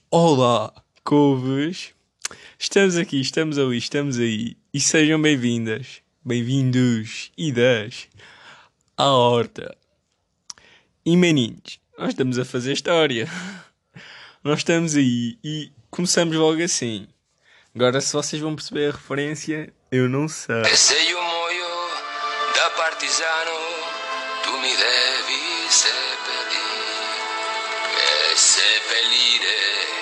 Olá, couves! Estamos ali, estamos aí. E sejam bem-vindas, bem-vindos e das à horta. E maninhos, nós estamos a fazer história. Nós estamos aí e começamos logo assim. Agora, se vocês vão perceber a referência, eu não sei. Sei o moio da Partizano, tu mi devi seppellire, seppellire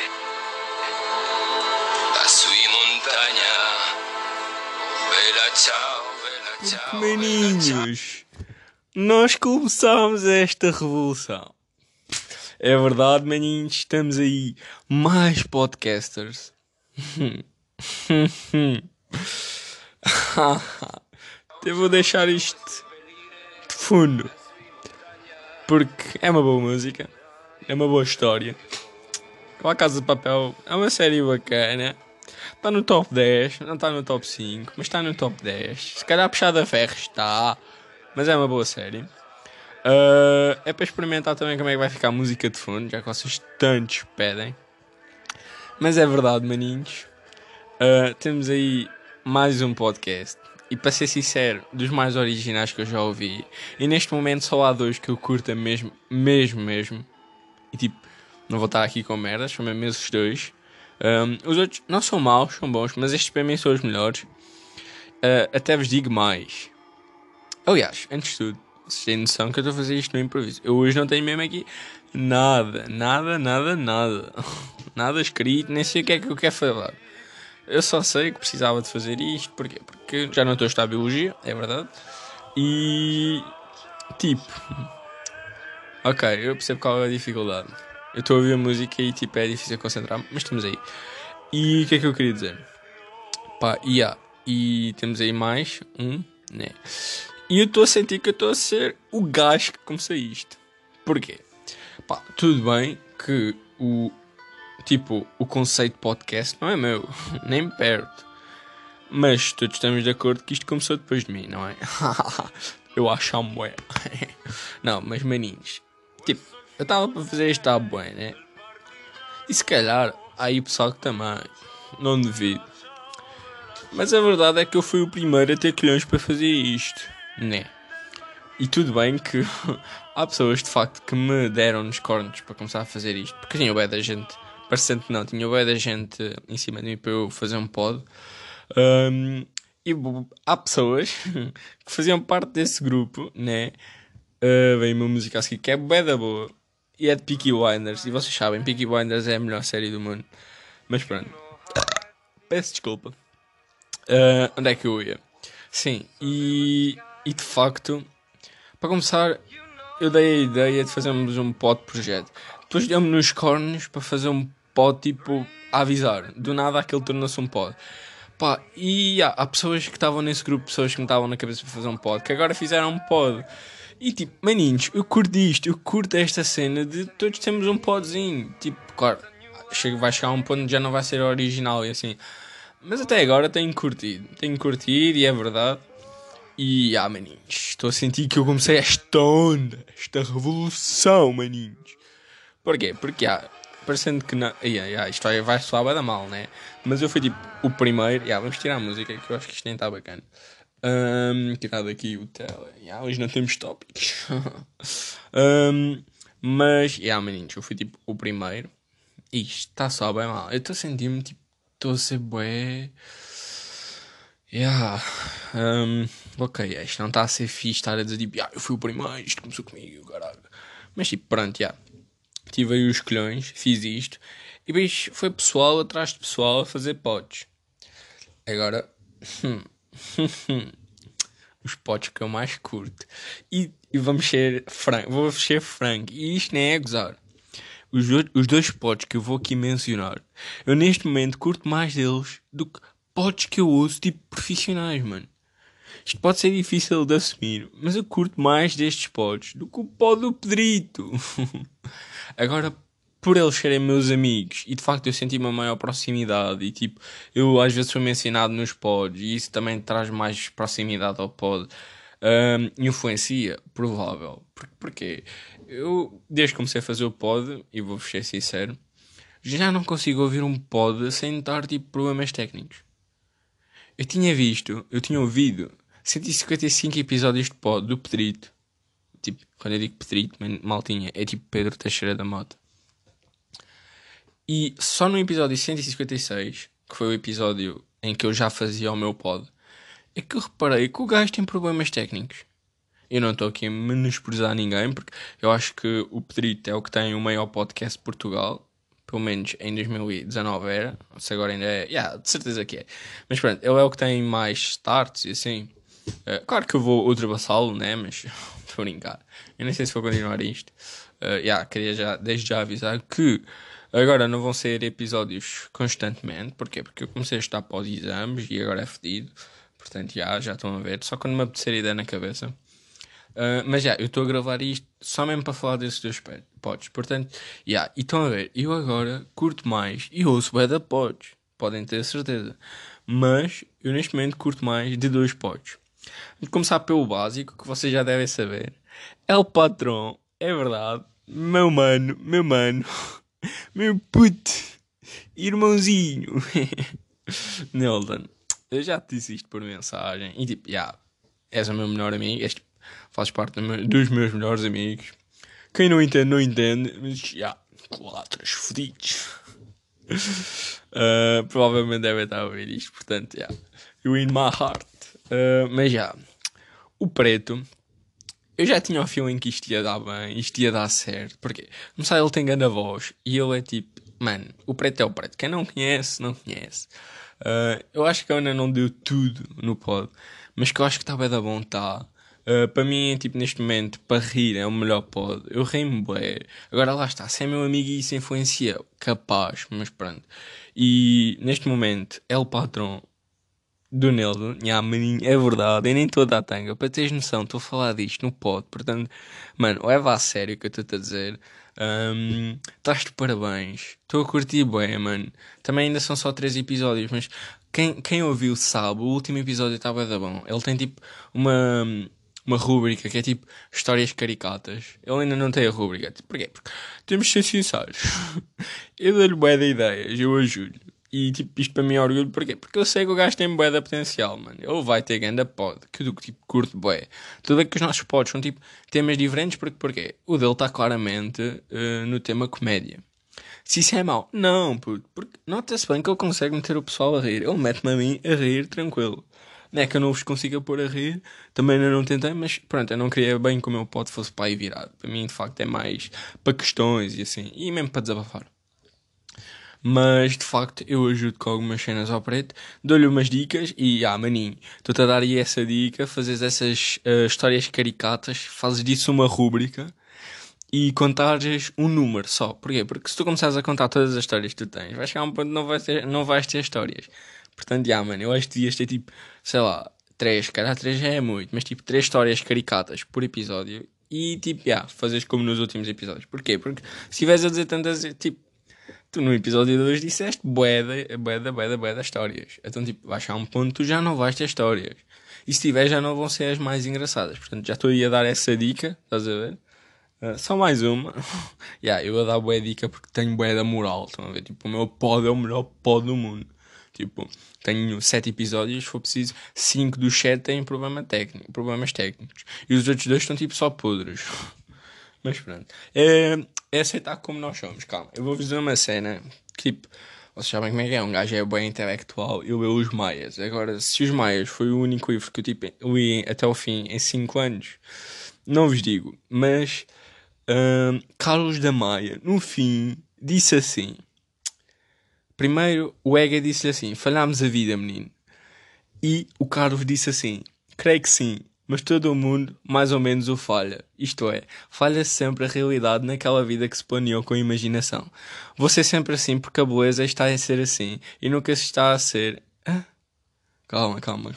la sui montagna. Bella ciao, bella ciao, bella ciao. Maninhos, nós começámos esta revolução. É verdade, maninhos, estamos aí. Mais podcasters. Eu vou deixar isto de fundo. Porque é uma boa música. É uma boa história. A Casa de Papel é uma série bacana. Está no top 10. Não está no top 5. Mas está no top 10. Se calhar Puxada a Ferro está. Mas é uma boa série. É para experimentar também como é que vai ficar a música de fundo. Já que vocês tantos pedem. Mas é verdade, maninhos. Temos aí mais um podcast. E para ser sincero, dos mais originais que eu já ouvi. E neste momento só há dois que eu curta mesmo. E tipo, não vou estar aqui com merdas, são mesmo esses dois. Os outros não são maus, são bons, mas estes para mim são os melhores. Até vos digo mais. Aliás, antes de tudo, vocês têm noção que eu estou a fazer isto no improviso. Eu hoje não tenho mesmo aqui nada. Nada escrito, nem sei o que é que eu quero falar. Eu só sei que precisava de fazer isto. Porquê? Porque já não estou a estudar biologia, é verdade. E tipo, ok, eu percebo qual é a dificuldade. Eu estou a ouvir a música e tipo é difícil concentrar-me, mas estamos aí. E o que é que eu queria dizer? Pá, e temos aí mais um, né? E eu estou a sentir que eu estou a ser o gajo que comecei isto. Porquê? Pá, tudo bem que o conceito de podcast não é meu, nem perto. Mas todos estamos de acordo que isto começou depois de mim, não é? Eu acho um bué. Não, mas maninhos, tipo, eu estava para fazer isto à bué, né? E se calhar há aí pessoal que também, não duvido. Mas a verdade é que eu fui o primeiro a ter colhões para fazer isto, né? E tudo bem que há pessoas de facto que me deram nos cornos para começar a fazer isto. Porque tinha bué da gente, parecendo que não, tinha bué da gente em cima de mim para eu fazer um pod. E há pessoas que faziam parte desse grupo, né? Vem uma música assim que é bué da boa. E é de Peaky Blinders. E vocês sabem, Peaky Blinders é a melhor série do mundo. Mas pronto. Peço desculpa. Onde é que eu ia? Sim, e de facto, para começar, eu dei a ideia de fazermos um pod projeto. Depois deu-me nos cornos para fazer um pod tipo a avisar. Do nada aquele tornou-se um pod. Pá, e há pessoas que estavam nesse grupo, pessoas que me estavam na cabeça para fazer um pod, que agora fizeram um pod. E tipo, maninhos, eu curto isto, eu curto esta cena de todos temos um podzinho. Tipo, claro, vai chegar a um ponto que já não vai ser original e assim. Mas até agora tenho curtido e é verdade. E maninhos, estou a sentir que eu comecei esta onda, esta revolução, maninhos. Porquê? Porque parecendo que não. Isto vai soar bem da mal, né? Mas eu fui tipo o primeiro. Vamos tirar a música que eu acho que isto nem está bacana. Tirar daqui o tele. Hoje não temos tópicos. Mas, maninhos, eu fui tipo o primeiro. Isto está só bem mal. Eu estou a sentir-me tipo. Estou a ser bué. Ok, isto não está a ser fixe estar a dizer tipo, eu fui o primeiro, isto começou comigo, caralho. Mas tipo, pronto, tive aí os colhões, fiz isto. E depois foi pessoal atrás de pessoal a fazer pods. Agora, os pods que eu mais curto. E vamos ser franco, vou ser franco. E isto nem é gozar. Os dois pods que eu vou aqui mencionar, eu neste momento curto mais deles do que pods que eu uso tipo profissionais, mano. Isto pode ser difícil de assumir, mas eu curto mais destes pods do que o pod do Pedrito. Agora, por eles serem meus amigos e de facto eu senti uma maior proximidade e tipo, eu às vezes sou mencionado nos pods e isso também traz mais proximidade ao pod. Influencia, provável. Porque eu, desde que comecei a fazer o pod, e vou ser sincero, já não consigo ouvir um pod sem estar tipo problemas técnicos. Eu tinha ouvido 155 episódios de pod do Pedrito. Tipo, quando eu digo Pedrito, maltinha, é tipo Pedro Teixeira da Mota. E só no episódio 156, que foi o episódio em que eu já fazia o meu pod, é que eu reparei que o gajo tem problemas técnicos. Eu não estou aqui a menosprezar ninguém, porque eu acho que o Pedrito é o que tem o maior podcast de Portugal. Pelo menos em 2019 era. Se agora ainda é. De certeza que é. Mas pronto, ele é o que tem mais starts e assim. Claro que eu vou ultrapassá-lo, né? Mas estou a brincar. Eu nem sei se vou continuar isto. Queria já, desde já avisar que agora não vão ser episódios constantemente. Porquê? Porque eu comecei a estudar para os exames e agora é fedido. Portanto, já estão a ver. Só quando me apetecer ideia na cabeça. Mas eu estou a gravar isto só mesmo para falar desses dois pods. Portanto, e estão a ver, eu agora curto mais e ouço bué da pods. Podem ter certeza. Mas eu neste momento curto mais de dois pods. Vamos começar pelo básico, que vocês já devem saber. É o patrão, é verdade. Meu mano, meu puto, irmãozinho. Nelson, eu já te disse isto por mensagem. E tipo, és o meu melhor amigo. Fazes parte dos meus melhores amigos. Quem não entende, não entende. Mas colatras fodidos. Provavelmente devem estar a ouvir isto. Portanto, you in my heart. Mas o preto, eu já tinha o feeling que isto ia dar bem, isto ia dar certo. Porque, começar, ele tem grande voz e ele é tipo, mano, o preto é o preto. Quem não conhece, não conhece. Eu acho que a Ana não deu tudo no pod, mas que eu acho que está bem da bom, tá. Para mim, tipo, neste momento, para rir é o melhor pod. Eu rio-me bué. Agora lá está, se é meu amigo e isso influencia, capaz, mas pronto. E neste momento, é o patrão do Nelson. Maninho, é verdade, eu nem estou a dar tanga. Para teres noção, estou a falar disto no pod. Portanto, mano, leva a sério o que eu estou a dizer. Estás de parabéns. Estou a curtir bem, mano. Também ainda são só 3 episódios, mas quem ouviu sabe, o último episódio está bem da bom. Ele tem tipo uma rúbrica que é tipo histórias caricatas. Ele ainda não tem a rúbrica. Porquê? Porque temos de ser sinceros. Eu dou-lhe bué de ideias, eu ajudo. E tipo, isto para mim é orgulho. Porquê? Porque eu sei que o gajo tem bué de potencial, mano. Ele vai ter ganda pod, que eu tipo, curto bué. Tudo bem que os nossos pods são tipo temas diferentes, porquê? O dele está claramente no tema comédia. Se isso é mau, não, puto. Porque nota-se bem que ele consegue meter o pessoal a rir. Ele mete-me a mim a rir tranquilo. Não é que eu não vos consiga pôr a rir, também ainda não tentei, mas pronto, eu não queria bem que o meu pod fosse para aí virado. Para mim, de facto, é mais para questões e assim, e mesmo para desabafar. Mas, de facto, eu ajudo com algumas cenas ao preto, dou-lhe umas dicas e, maninho, estou-te a dar aí essa dica, fazes essas histórias caricatas, fazes disso uma rúbrica e contares um número só. Porquê? Porque se tu começares a contar todas as histórias que tu tens, vais chegar a um ponto que não vais ter histórias. Portanto, mano, eu acho que devias ter tipo, sei lá, 3, cara, 3 já é muito, mas tipo 3 histórias caricatas por episódio e tipo, fazes como nos últimos episódios. Porquê? Porque se estiveres a dizer tantas, tipo, tu no episódio 2 disseste bué da histórias. Então, tipo, vais chegar a um ponto que tu já não vais ter histórias. E se tiver, já não vão ser as mais engraçadas. Portanto, já estou aí a dar essa dica, estás a ver? Só mais uma. Eu a dar bué dica porque tenho bué da moral, estão a ver? Tipo, o meu pod é o melhor pod do mundo. Tipo, tenho 7 episódios, se for preciso, 5 dos 7 têm problemas técnicos. E os outros 2 estão tipo só podres. Mas pronto. É aceitar como nós somos, calma. Eu vou dizer uma cena que tipo, vocês sabem como é que é, um gajo é bem intelectual, eu leio os Maias. Agora, se os Maias foi o único livro que eu tipo, li até o fim em 5 anos, não vos digo, mas Carlos da Maia, no fim, disse assim. Primeiro, o Ega disse-lhe assim, falhámos a vida, menino. E o Carlos disse assim, creio que sim, mas todo o mundo mais ou menos o falha. Isto é, falha sempre a realidade naquela vida que se planeou com a imaginação. Vou ser sempre assim porque a beleza está a ser assim e nunca se está a ser... Calma.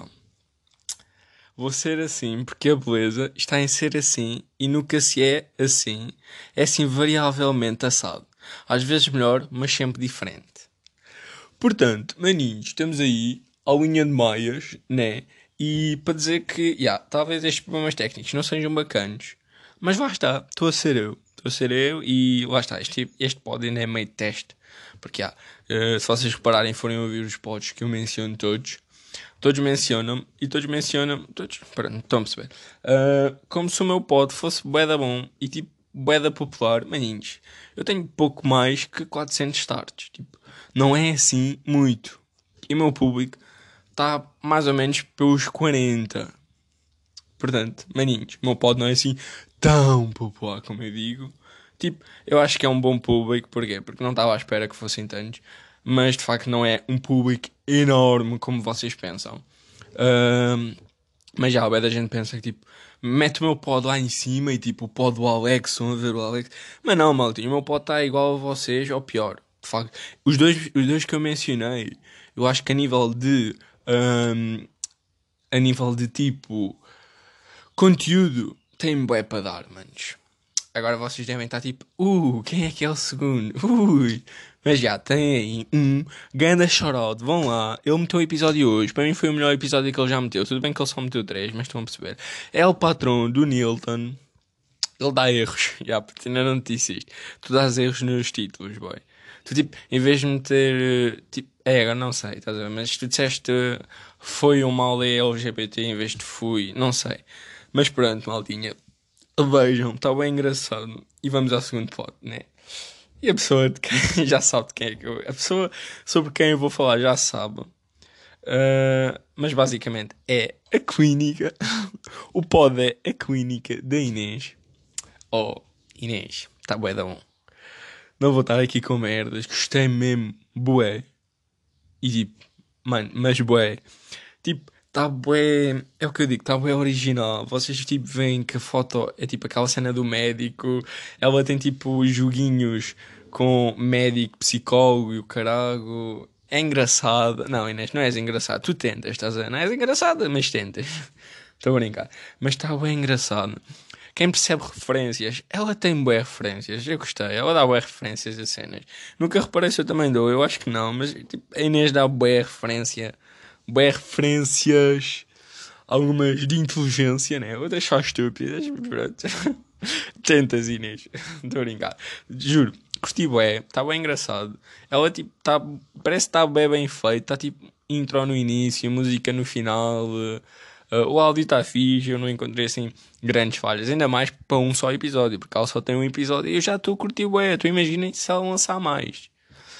Vou ser assim porque a beleza está em ser assim e nunca se é assim. É assim variavelmente assado. Às vezes melhor, mas sempre diferente. Portanto, maninhos, estamos aí, à linha de maias, né? E para dizer que, talvez estes problemas técnicos não sejam bacanos, mas lá está, estou a ser eu e lá está, este pod ainda é meio teste, Porque, se vocês repararem e forem ouvir os pods que eu menciono todos mencionam e pronto, estão a perceber. Como se o meu pod fosse bué da bom e tipo bué da popular, maninhos. Eu tenho pouco mais que 400 starts, tipo, não é assim muito. E o meu público está mais ou menos pelos 40. Portanto, maninhos, o meu pod não é assim tão popular como eu digo. Tipo, eu acho que é um bom público, porquê? Porque não estava à espera que fossem tantos, mas de facto não é um público enorme como vocês pensam. Mas já, a bué da gente pensa que tipo, mete o meu pod lá em cima e tipo, o pod do Alex, vão a ver o Alex. Mas não, maltinho, o meu pod está igual a vocês, ou pior. De facto, os dois que eu mencionei, eu acho que a nível de tipo, conteúdo, tem bué para dar, manos. Agora vocês devem estar tipo, quem é que é o segundo? Ui. Mas já, tem aí um ganda shoutout, vão lá. Ele meteu o episódio hoje, para mim foi o melhor episódio que ele já meteu. Tudo bem que ele só meteu 3, mas estão a perceber. É o patrão do Nilton. Ele dá erros, já, porque ainda não te disse isto. Tu dás erros nos títulos, boy. Tu tipo, em vez de meter, tipo, agora não sei, estás a ver? Mas tu disseste foi um mal LGBT em vez de fui, não sei. Mas pronto, maldinha. Vejam, está bem engraçado. E vamos ao segundo plot, né? E a pessoa de quem já sabe de quem é que eu. A pessoa sobre quem eu vou falar já sabe. Mas basicamente é a clínica. O pod é a clínica da Inês. Oh, Inês, está bué da bom. Não vou estar aqui com merdas. Gostei mesmo, bué. E tipo, mano, mas bué. Tipo, tá bué. É o que eu digo, tá bué original. Vocês tipo veem que a foto é tipo aquela cena do médico. Ela tem tipo joguinhos com médico, psicólogo e o carago. É engraçado. Não, Inês, não és engraçado. Tu tentas, estás a ver? Não és engraçada, mas tentas. Estou a brincar. Mas está bem engraçado. Quem percebe referências, ela tem bué referências. Eu gostei. Ela dá bué referências a cenas. Nunca reparei se eu também dou. Eu acho que não. Mas tipo, a Inês dá bué referência. Bué referências. Algumas de inteligência, né? Outras só estúpidas. Pronto. Tentas, Inês. Estou a brincar. Juro. Curti bué. Está bem engraçado. Ela tipo, parece que está bem feito. Está tipo intro no início, música no final. O áudio está fixe, eu não encontrei assim grandes falhas, ainda mais para um só episódio, porque ela só tem um episódio e eu já estou a curtir bué. Tu imaginem se ela lançar mais.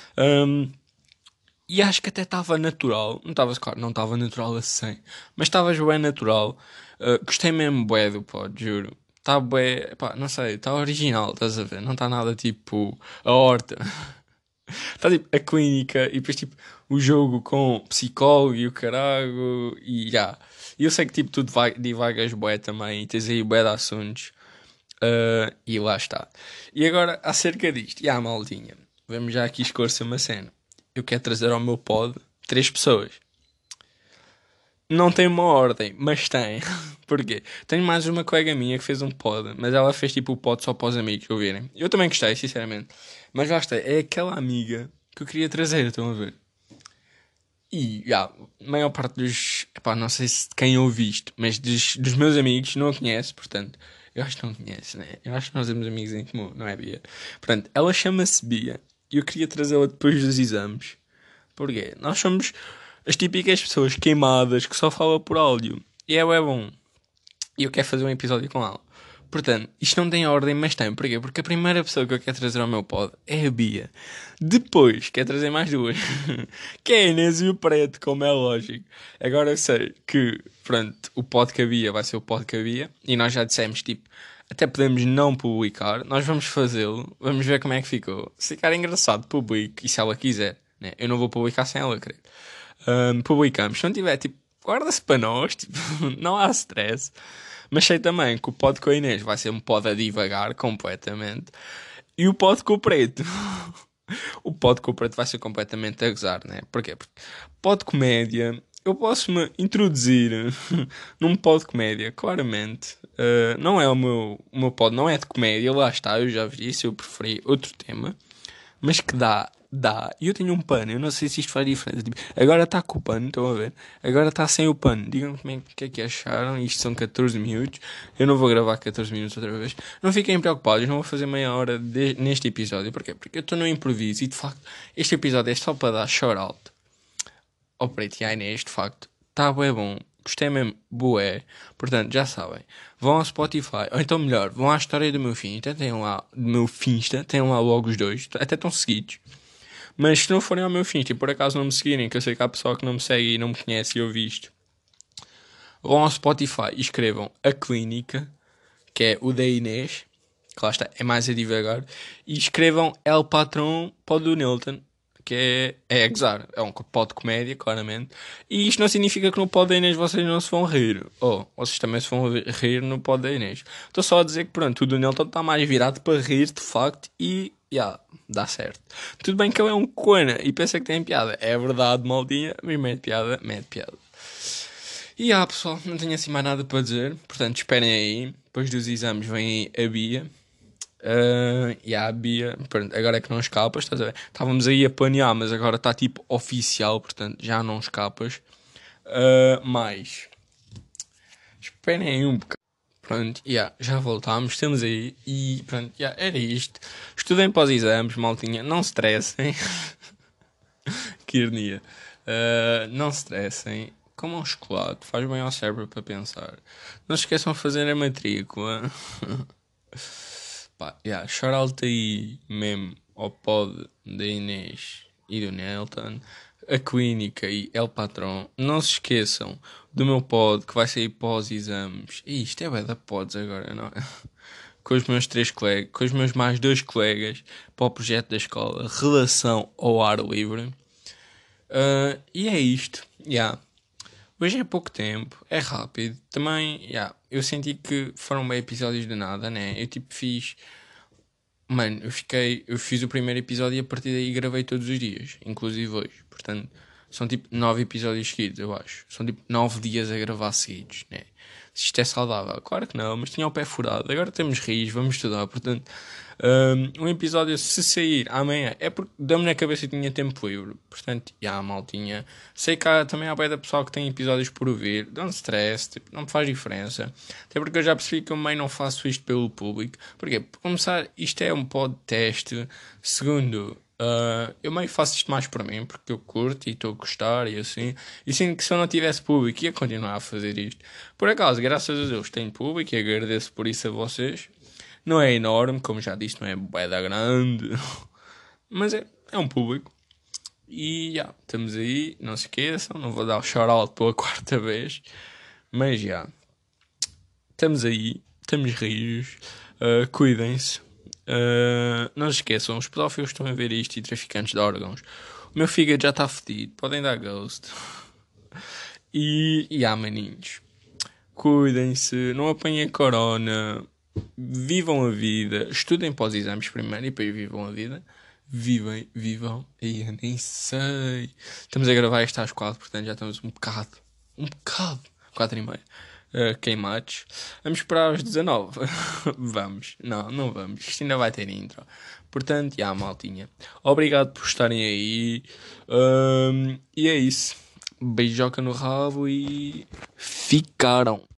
E acho que até estava natural, não estava, claro, não estava natural a 100, mas estava bué natural. Gostei mesmo bué do pod, juro. Está bué, pá, não sei, está original, estás a ver? Não está nada tipo a horta. Está tipo a clínica e depois tipo o jogo com psicólogo e o carago e já. E eu sei que tipo tu divagas bué também e tens aí bué de assuntos. E lá está. E agora acerca disto, maldinha, vamos já aqui esclarecer uma cena. Eu quero trazer ao meu pod 3 pessoas. Não tem uma ordem, mas tem. Porquê? Tenho mais uma colega minha que fez um pod, mas ela fez tipo o pod só para os amigos ouvirem. Eu também gostei, sinceramente. Mas lá está, é aquela amiga que eu queria trazer, estão a ver? E, a maior parte dos... Epá, não sei se de quem ouviste, mas dos meus amigos não a conhece, portanto... Eu acho que não conhece, né? Eu acho que nós temos amigos em comum, não é, Bia? Portanto, ela chama-se Bia. E eu queria trazê-la depois dos exames. Porquê? Nós somos as típicas pessoas queimadas que só falam por áudio. E é bom. E eu quero fazer um episódio com ela. Portanto, isto não tem ordem, mas tem. Porquê? Porque a primeira pessoa que eu quero trazer ao meu pod é a Bia. Depois, quero trazer mais duas. Que é a Inês e o Preto, como é lógico. Agora eu sei que, pronto, o pod que a Bia vai ser o pod que a Bia. E nós já dissemos, tipo, até podemos não publicar. Nós vamos fazê-lo. Vamos ver como é que ficou. Se ficar engraçado, publico. E se ela quiser, né? Eu não vou publicar sem ela querer. Publicamos. Se não tiver, tipo, guarda-se para nós. Tipo, não há stress. Mas sei também que o pod com a Inês vai ser um pod a divagar completamente. E o pod com o Preto. O pod com o Preto vai ser completamente a gozar, né? Porquê? Porque pod comédia, eu posso me introduzir num pod comédia, claramente. Não é o meu pod, não é de comédia, lá está, eu já vi isso, eu preferi outro tema. Mas que dá dá. E eu tenho um pano, eu não sei se isto faz diferença. Tipo, agora está com o pano, estão a ver? Agora está sem o pano. Digam-me como é que acharam. Isto são 14 minutos. Eu não vou gravar 14 minutos outra vez. Não fiquem preocupados, não vou fazer meia hora neste episódio. Porquê? Porque eu estou no improviso e de facto este episódio é só para dar shout-out ao Preto e à Inês, de facto. Está bué bom. Gostei mesmo, bué. Portanto, já sabem. Vão ao Spotify. Ou então melhor, vão à história do meu Finsta. Tem lá, do meu Finsta. Tem lá logo os dois. Até estão seguidos. Mas se não forem ao meu Finsta e por acaso não me seguirem, que eu sei que há pessoal que não me segue e não me conhece e ouve isto, vão ao Spotify e escrevam A Clínica, que é o da Inês, que lá está, é mais a divagar, e escrevam El Patrão para o do Nilton, que é a gozar, é um pod de comédia, claramente, e isto não significa que no pod da Inês vocês não se vão rir, ou vocês também se vão rir no pod da Inês. Estou só a dizer que pronto, o do Nilton está mais virado para rir de facto e dá certo. Tudo bem que ele é um cona e pensa que tem piada, é verdade, maldinha, mas mete piada, mete piada. E pessoal, não tenho assim mais nada para dizer, portanto esperem aí, depois dos exames vem aí a Bia. A Bia, pronto, agora é que não escapas, estás a ver? Estávamos aí a planear, mas agora está tipo oficial, portanto já não escapas. Mas esperem aí um bocado. Pronto, já voltámos, estamos aí e pronto, era isto. Estudem para os exames, maltinha, não se estressem. Que ironia. Não se estressem. Comam chocolate, faz bem ao cérebro para pensar. Não se esqueçam de fazer a matrícula. Shout-out aí mesmo ao pod da Inês e do Nelton, a Clínica e El Patrão. Não se esqueçam do meu pod que vai sair pós-exames. Isto é bué da pods agora, não é? Com os meus 3 colegas, com os meus mais 2 colegas para o projeto da escola Relação ao Ar Livre. E é isto. Hoje é pouco tempo, é rápido. Também, eu senti que foram bem episódios de nada, né? Eu tipo fiz... Mano, eu fiz o primeiro episódio e a partir daí gravei todos os dias, inclusive hoje. Portanto, são tipo 9 episódios seguidos, eu acho. São tipo 9 dias a gravar seguidos, né? Se isto é saudável, claro que não, mas tinha o pé furado. Agora temos rios, vamos estudar. Portanto, um episódio, se sair amanhã, é porque deu-me na cabeça que tinha tempo livre. Portanto, maltinha. Sei que também há bem da pessoal que tem episódios por ouvir. Don't stress, tipo, não me faz diferença. Até porque eu já percebi que eu meio não faço isto pelo público. Porquê? Por começar, isto é um podcast. Segundo, eu meio faço isto mais para mim, porque eu curto e estou a gostar e assim. E sinto que se eu não tivesse público ia continuar a fazer isto. Por acaso, graças a Deus tenho público e agradeço por isso a vocês. Não é enorme, como já disse, não é bué da grande. Mas é um público. E estamos aí, não se esqueçam, não vou dar o shout-out pela 4ª vez. Mas estamos aí, estamos rios, cuidem-se. Não se esqueçam, os pedófilos estão a ver isto e traficantes de órgãos. O meu fígado já está fedido, podem dar ghost. E maninhos, cuidem-se, não apanhem corona, vivam a vida, estudem para os exames primeiro e depois vivam a vida. Vivam, e eu nem sei. Estamos a gravar isto às 4, portanto já estamos um bocado, 4h30. Queimados. Vamos esperar aos 19. Vamos. Não vamos. Isto ainda vai ter intro. Portanto, maltinha. Obrigado por estarem aí. E é isso. Beijoca no rabo e ficaram.